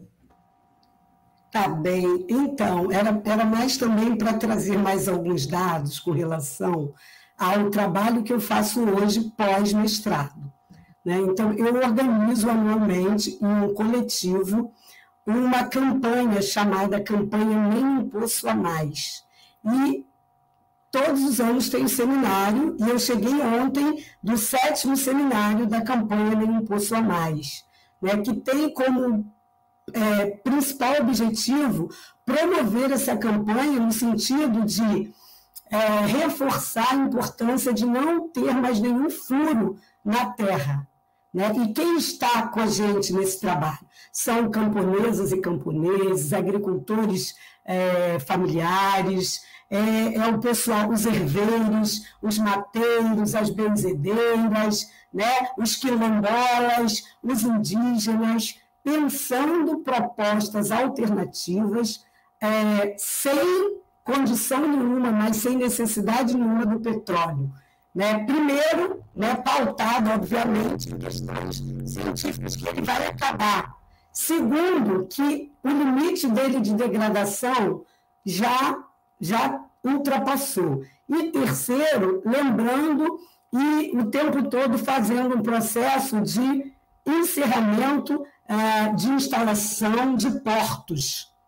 Tá bem. Então, era, era mais também para trazer mais alguns dados com relação ao trabalho que eu faço hoje pós-mestrado, né? Então, eu organizo anualmente em um coletivo uma campanha chamada Campanha Nem Um Poço a Mais. E todos os anos tem um seminário, e eu cheguei ontem do sétimo seminário da campanha Nem Um Poço a Mais, né? Que tem como É, principal objetivo promover essa campanha no sentido de é, reforçar a importância de não ter mais nenhum furo na terra, né? E quem está com a gente nesse trabalho são camponesas e camponeses, agricultores é, familiares, é, é o pessoal, os herveiros, os mateiros, as benzedeiras, né? Os quilombolas, os indígenas, pensando propostas alternativas, é, sem condição nenhuma, mas sem necessidade nenhuma do petróleo, né? Primeiro, né, pautado, obviamente, em questões científicas, que ele vai acabar. Segundo, que o limite dele de degradação já, já ultrapassou. E terceiro, lembrando e o tempo todo fazendo um processo de encerramento de instalação de portos,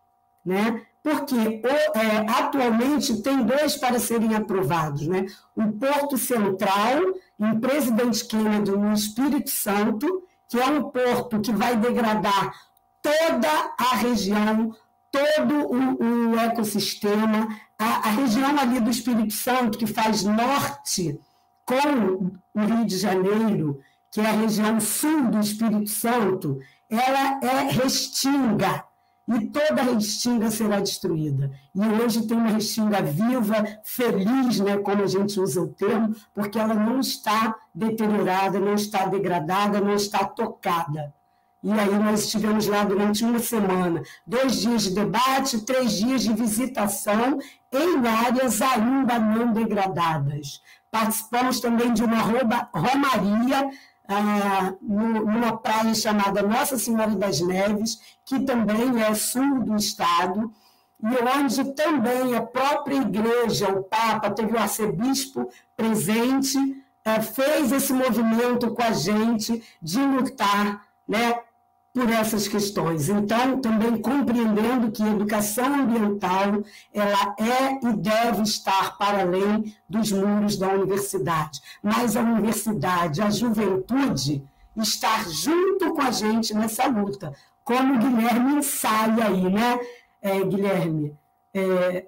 né? Porque é, atualmente tem dois para serem aprovados, né? O Porto Central, em Presidente Kennedy, no Espírito Santo, que é um porto que vai degradar toda a região, todo o, o ecossistema, a, a região ali do Espírito Santo, que faz norte com o Rio de Janeiro, que é a região sul do Espírito Santo, ela é restinga, e toda a restinga será destruída. E hoje tem uma restinga viva, feliz, né, como a gente usa o termo, porque ela não está deteriorada, não está degradada, não está tocada. E aí nós estivemos lá durante uma semana, dois dias de debate, três dias de visitação em áreas ainda não degradadas. Participamos também de uma romaria ah, numa praia chamada Nossa Senhora das Neves, que também é sul do estado, e onde também a própria igreja, o Papa, teve o arcebispo presente, ah, fez esse movimento com a gente de lutar, né, por essas questões. Então, também compreendendo que a educação ambiental ela é e deve estar para além dos muros da universidade. Mas a universidade, a juventude, estar junto com a gente nessa luta, como o Guilherme ensaia aí, né, é, Guilherme, é,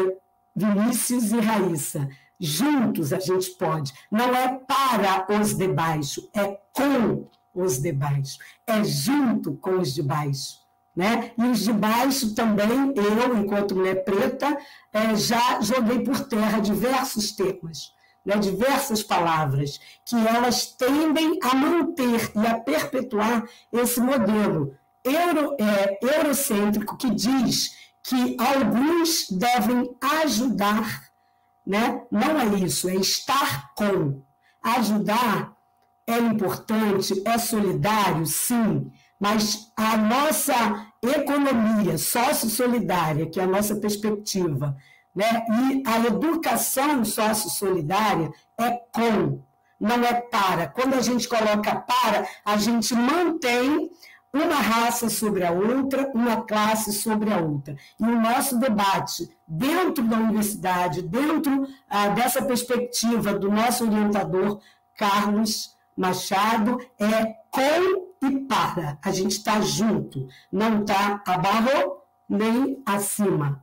Vinícius e Raíssa. Juntos a gente pode. Não é para os de baixo, é com os de baixo, é junto com os de baixo, né? E os de baixo também, eu, enquanto mulher preta, é, já joguei por terra diversos temas, né? Diversas palavras, que elas tendem a manter e a perpetuar esse modelo euro, é, eurocêntrico que diz que alguns devem ajudar, né? Não é isso, é estar com. Ajudar é importante, é solidário, sim, mas a nossa economia sócio-solidária, que é a nossa perspectiva, né, e a educação sócio-solidária é com, não é para. Quando a gente coloca para, a gente mantém uma raça sobre a outra, uma classe sobre a outra. E o nosso debate dentro da universidade, dentro ah, dessa perspectiva do nosso orientador, Carlos Machado, é com e para. A gente está junto, não está abaixo nem acima.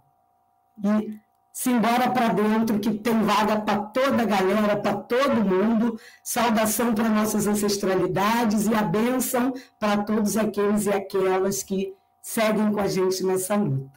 E simbora para dentro, que tem vaga para toda a galera, para todo mundo. Saudação para nossas ancestralidades e a bênção para todos aqueles e aquelas que seguem com a gente nessa luta.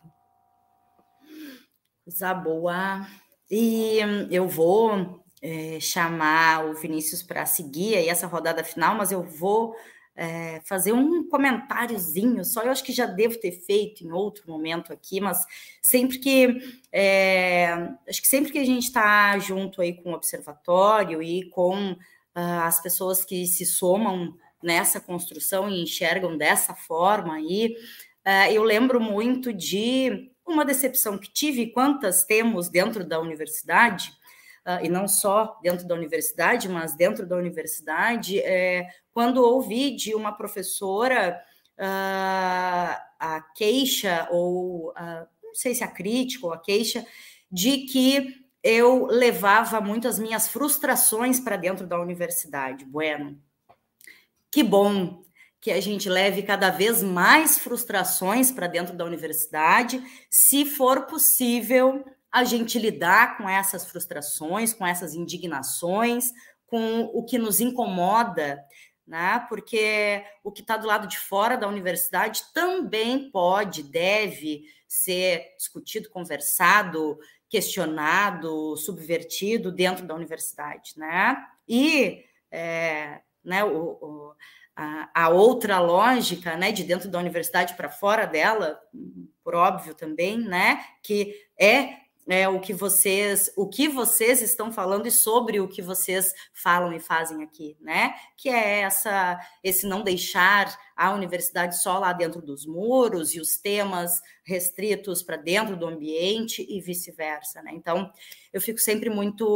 Coisa boa. E eu vou É, chamar o Vinícius para seguir aí essa rodada final, mas eu vou é, fazer um comentáriozinho só. Eu acho que já devo ter feito em outro momento aqui, mas sempre que é, acho que sempre que a gente está junto aí com o observatório e com uh, as pessoas que se somam nessa construção e enxergam dessa forma aí, uh, eu lembro muito de uma decepção que tive, quantas temos dentro da universidade. Uh, e não só dentro da universidade, mas dentro da universidade, é, quando ouvi de uma professora uh, a queixa, ou uh, não sei se a crítica ou a queixa, de que eu levava muito as minhas frustrações para dentro da universidade. Bueno, que bom que a gente leve cada vez mais frustrações para dentro da universidade, se for possível a gente lidar com essas frustrações, com essas indignações, com o que nos incomoda, né? Porque o que está do lado de fora da universidade também pode, deve ser discutido, conversado, questionado, subvertido dentro da universidade, né? E é, né, o, o, a, a outra lógica, né, de dentro da universidade para fora dela, por óbvio também, né, que é É, o que vocês, o que vocês estão falando e sobre o que vocês falam e fazem aqui, né? Que é essa, esse não deixar a universidade só lá dentro dos muros e os temas restritos para dentro do ambiente e vice-versa, né? Então, eu fico sempre muito...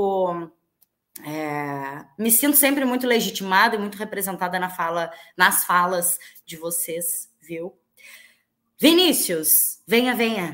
É, me sinto sempre muito legitimada e muito representada na fala, nas falas de vocês, viu? Vinícius, venha, venha.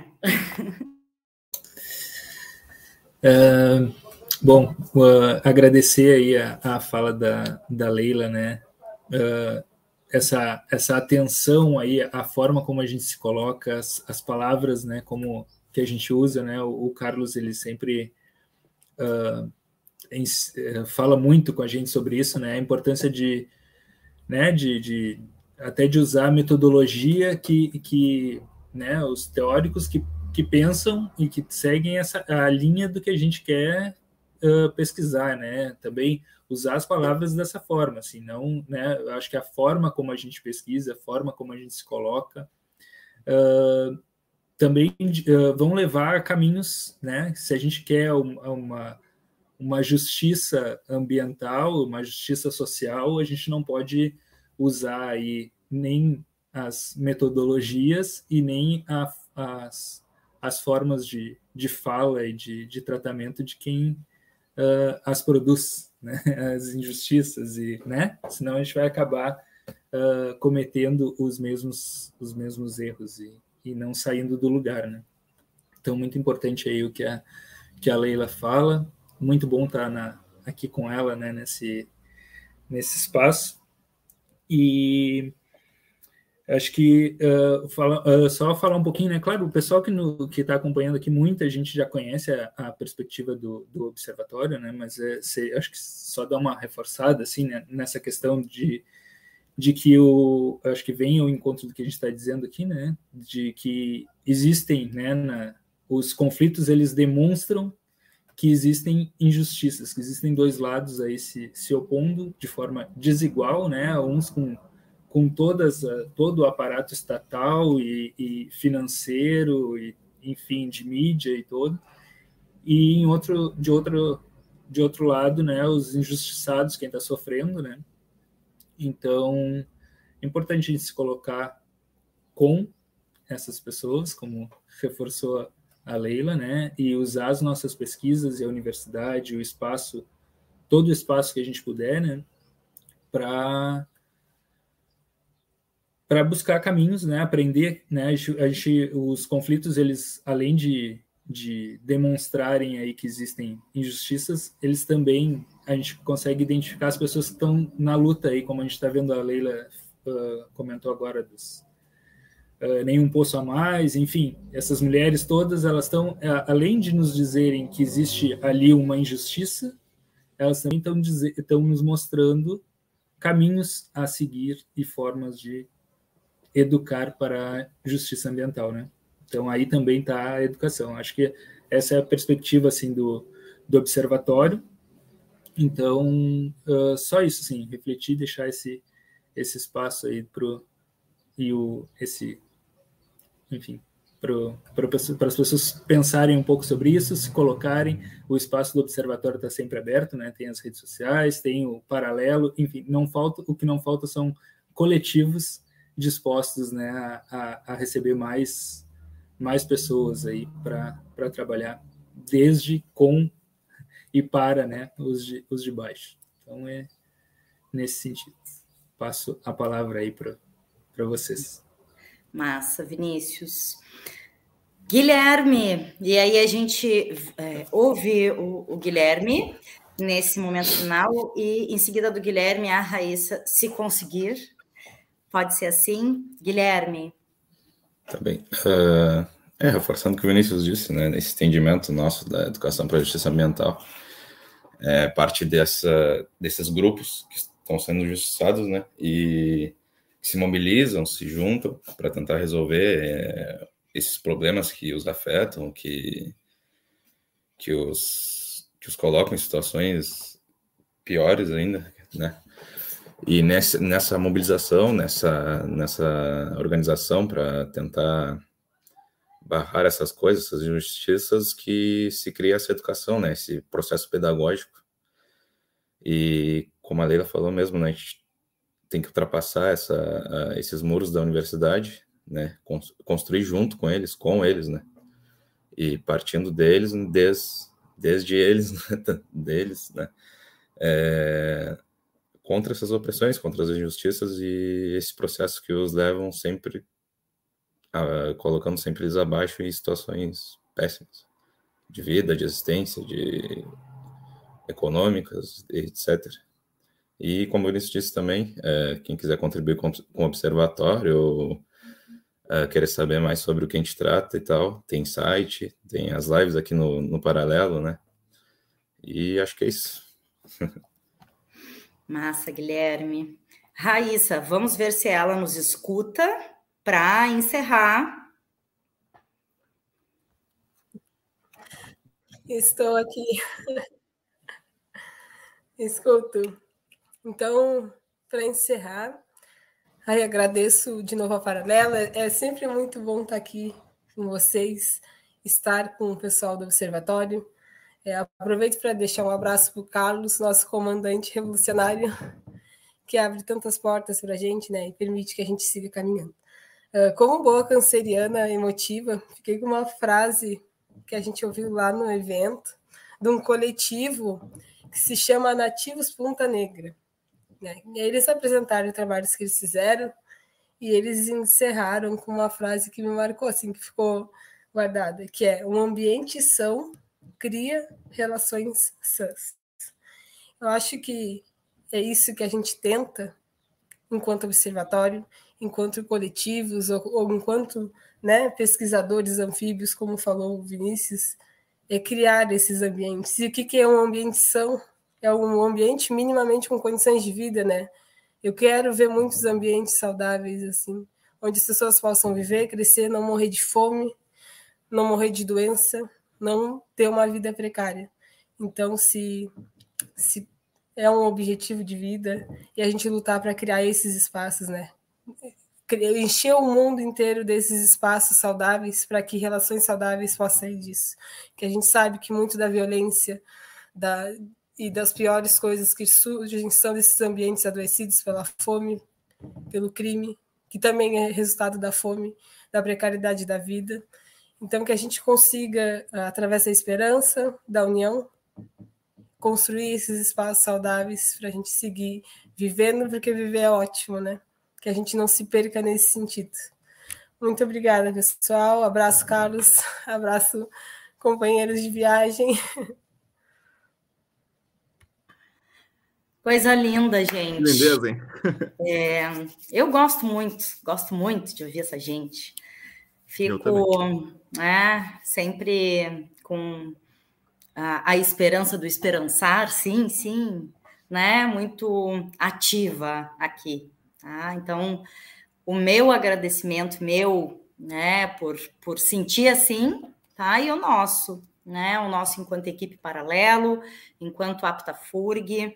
Uh, bom, uh, agradecer aí a, a fala da, da Leila, né? Uh, essa, essa atenção aí, a forma como a gente se coloca, as, as palavras, né? Como que a gente usa, né? O, o Carlos, ele sempre uh, em, uh, fala muito com a gente sobre isso, né? A importância de, né? De, de até de usar a metodologia que, que, né? Os teóricos que que pensam e que seguem essa, a linha do que a gente quer uh, pesquisar, né? Também usar as palavras dessa forma, assim, não, né? Eu acho que a forma como a gente pesquisa, a forma como a gente se coloca, uh, também uh, vão levar a caminhos, né? Se a gente quer uma, uma justiça ambiental, uma justiça social, a gente não pode usar aí nem as metodologias e nem a, as as formas de, de fala e de, de tratamento de quem uh, as produz, né? As injustiças, e, né? Senão a gente vai acabar uh, cometendo os mesmos, os mesmos erros e, e não saindo do lugar, né? Então, muito importante aí o que a, que a Leila fala, muito bom estar na, aqui com ela, né? Nesse, nesse espaço. E acho que uh, fala, uh, só falar um pouquinho, né? Claro, o pessoal que que está acompanhando aqui, muita gente já conhece a, a perspectiva do, do observatório, né? Mas é, se, acho que só dá uma reforçada assim, né? Nessa questão de, de que o acho que vem ao encontro do que a gente está dizendo aqui, né? De que existem, né? Na, os conflitos eles demonstram que existem injustiças, que existem dois lados aí se, se opondo de forma desigual, né? Uns com com todas, todo o aparato estatal e, e financeiro, e, enfim, de mídia e todo, e em outro, de, outro, de outro lado, né, os injustiçados, quem está sofrendo, né? Então, é importante a gente se colocar com essas pessoas, como reforçou a Leila, né, e usar as nossas pesquisas e a universidade, o espaço, todo o espaço que a gente puder, né, para para buscar caminhos, né, aprender, né, a gente, a gente, os conflitos, eles, além de, de demonstrarem aí que existem injustiças, eles também, a gente consegue identificar as pessoas que estão na luta aí, como a gente está vendo a Leila uh, comentou agora, dos uh, nenhum poço a mais, enfim, essas mulheres todas, elas estão, uh, além de nos dizerem que existe ali uma injustiça, elas também estão, dizer, estão nos mostrando caminhos a seguir e formas de educar para a justiça ambiental, né? Então aí também está a educação. Acho que essa é a perspectiva assim do, do observatório. Então uh, só isso, sim, refletir, deixar esse esse espaço aí pro e o esse, enfim, para as pessoas pensarem um pouco sobre isso, se colocarem. O espaço do observatório está sempre aberto, né? Tem as redes sociais, tem o Paralelo, enfim, não falta, o que não falta são coletivos dispostos, né, a, a receber mais, mais pessoas aí para trabalhar, desde, com e para, né, os de, os de baixo. Então é nesse sentido. Passo a palavra aí para vocês. Massa, Vinícius. Guilherme, e aí a gente é, ouve o, o Guilherme nesse momento final, e em seguida do Guilherme a Raíssa, se conseguir. Pode ser assim? Guilherme? Tá bem. Uh, é, reforçando o que o Vinícius disse, né, nesse entendimento nosso da educação para a justiça ambiental, é parte dessa, desses grupos que estão sendo justiçados, né, e que se mobilizam, se juntam para tentar resolver é, esses problemas que os afetam, que, que, os, que os colocam em situações piores ainda, né? E nessa, nessa mobilização, nessa, nessa organização para tentar barrar essas coisas, essas injustiças, que se cria essa educação, né? Esse processo pedagógico. E como a Leila falou mesmo, né? A gente tem que ultrapassar essa, esses muros da universidade, né? Construir junto com eles, com eles, né? E partindo deles, desde, desde eles, deles, né? É, contra essas opressões, contra as injustiças e esse processo que os levam sempre uh, colocando sempre eles abaixo em situações péssimas, de vida, de existência, de econômicas, etcétera. E, como o Vinícius disse também, é, quem quiser contribuir com, com o Observatório, ou é, querer saber mais sobre o que a gente trata e tal, tem site, tem as lives aqui no, no Paralelo, né? E acho que é isso. Massa, Guilherme. Raíssa, vamos ver se ela nos escuta para encerrar. Estou aqui. Escuto. Então, para encerrar, aí agradeço de novo a Paralela. É sempre muito bom estar aqui com vocês, estar com o pessoal do Observatório. É, aproveito para deixar um abraço para o Carlos, nosso comandante revolucionário, que abre tantas portas para a gente, né, e permite que a gente siga caminhando. Como boa canceriana emotiva, fiquei com uma frase que a gente ouviu lá no evento, de um coletivo que se chama Nativos Ponta Negra. Né? E aí eles apresentaram os trabalhos que eles fizeram e eles encerraram com uma frase que me marcou, assim, que ficou guardada, que é: um ambiente são cria relações sãs. Eu acho que é isso que a gente tenta, enquanto observatório, enquanto coletivos, ou, ou enquanto, né, pesquisadores anfíbios, como falou o Vinícius, é criar esses ambientes. E o que, que é um ambiente são? É um ambiente minimamente com condições de vida, né? Eu quero ver muitos ambientes saudáveis, assim, onde as pessoas possam viver, crescer, não morrer de fome, não morrer de doença, não ter uma vida precária. Então, se, se é um objetivo de vida, e a gente lutar para criar esses espaços, né? Encher o mundo inteiro desses espaços saudáveis para que relações saudáveis possam sair disso. Que a gente sabe que muito da violência da, e das piores coisas que surgem são desses ambientes adoecidos pela fome, pelo crime, que também é resultado da fome, da precariedade da vida. Então, que a gente consiga, através da esperança, da união, construir esses espaços saudáveis para a gente seguir vivendo, porque viver é ótimo, né? Que a gente não se perca nesse sentido. Muito obrigada, pessoal. Abraço, Carlos. Abraço, companheiros de viagem. Coisa linda, gente. Lindeza, hein? É, eu gosto muito, gosto muito de ouvir essa gente. Fico é, sempre com a, a esperança do esperançar, sim, sim, né? Muito ativa aqui. Tá? Então, o meu agradecimento, meu, né, por, por sentir assim, tá? E o nosso, né? O nosso enquanto equipe Paralelo, enquanto AptaFurg,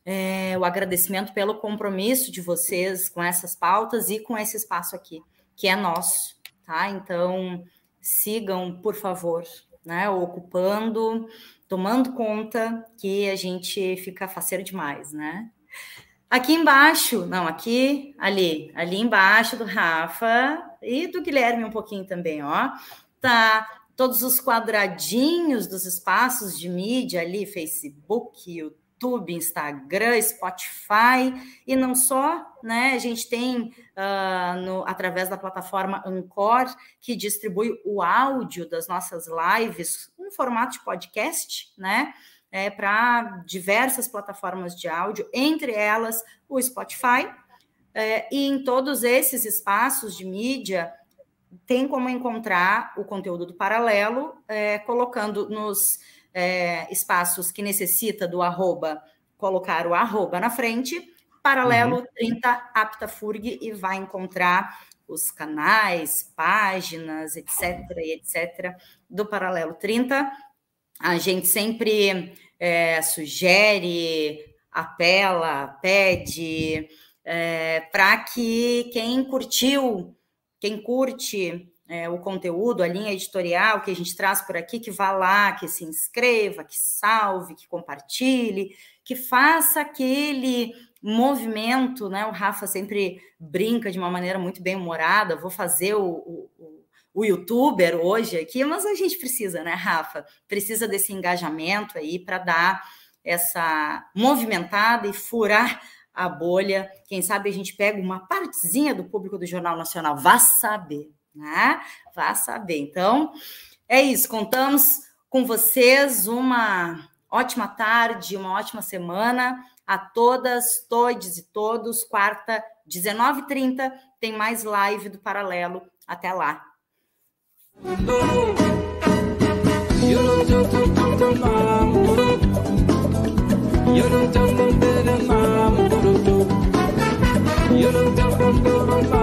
é, o agradecimento pelo compromisso de vocês com essas pautas e com esse espaço aqui, que é nosso, tá? Então, sigam, por favor, né? Ocupando, tomando conta, que a gente fica faceiro demais, né? Aqui embaixo, não, aqui, ali, ali embaixo do Rafa e do Guilherme um pouquinho também, ó, tá todos os quadradinhos dos espaços de mídia ali, Facebook, YouTube, Instagram, Spotify, e não só, né, a gente tem, uh, no, através da plataforma Anchor, que distribui o áudio das nossas lives, em formato de podcast, né, É, para diversas plataformas de áudio, entre elas o Spotify, é, e em todos esses espaços de mídia tem como encontrar o conteúdo do Paralelo, é, colocando nos é, espaços que necessita do arroba, colocar o arroba na frente, Paralelo trinta AptaFurg, e vai encontrar os canais, páginas, etc, etc, do Paralelo trinta. A gente sempre é, sugere, apela, pede é, para que quem curtiu, quem curte é, o conteúdo, a linha editorial que a gente traz por aqui, que vá lá, que se inscreva, que salve, que compartilhe, que faça aquele movimento, né? O Rafa sempre brinca de uma maneira muito bem-humorada, vou fazer o, o, o o youtuber hoje aqui, mas a gente precisa, né, Rafa? Precisa desse engajamento aí para dar essa movimentada e furar a bolha. Quem sabe a gente pega uma partezinha do público do Jornal Nacional, vá saber, né? Vá saber. Então, é isso. Contamos com vocês. Uma ótima tarde, uma ótima semana a todas, todes e todos. Quarta, dezenove e trinta, tem mais live do Paralelo. Até lá. You're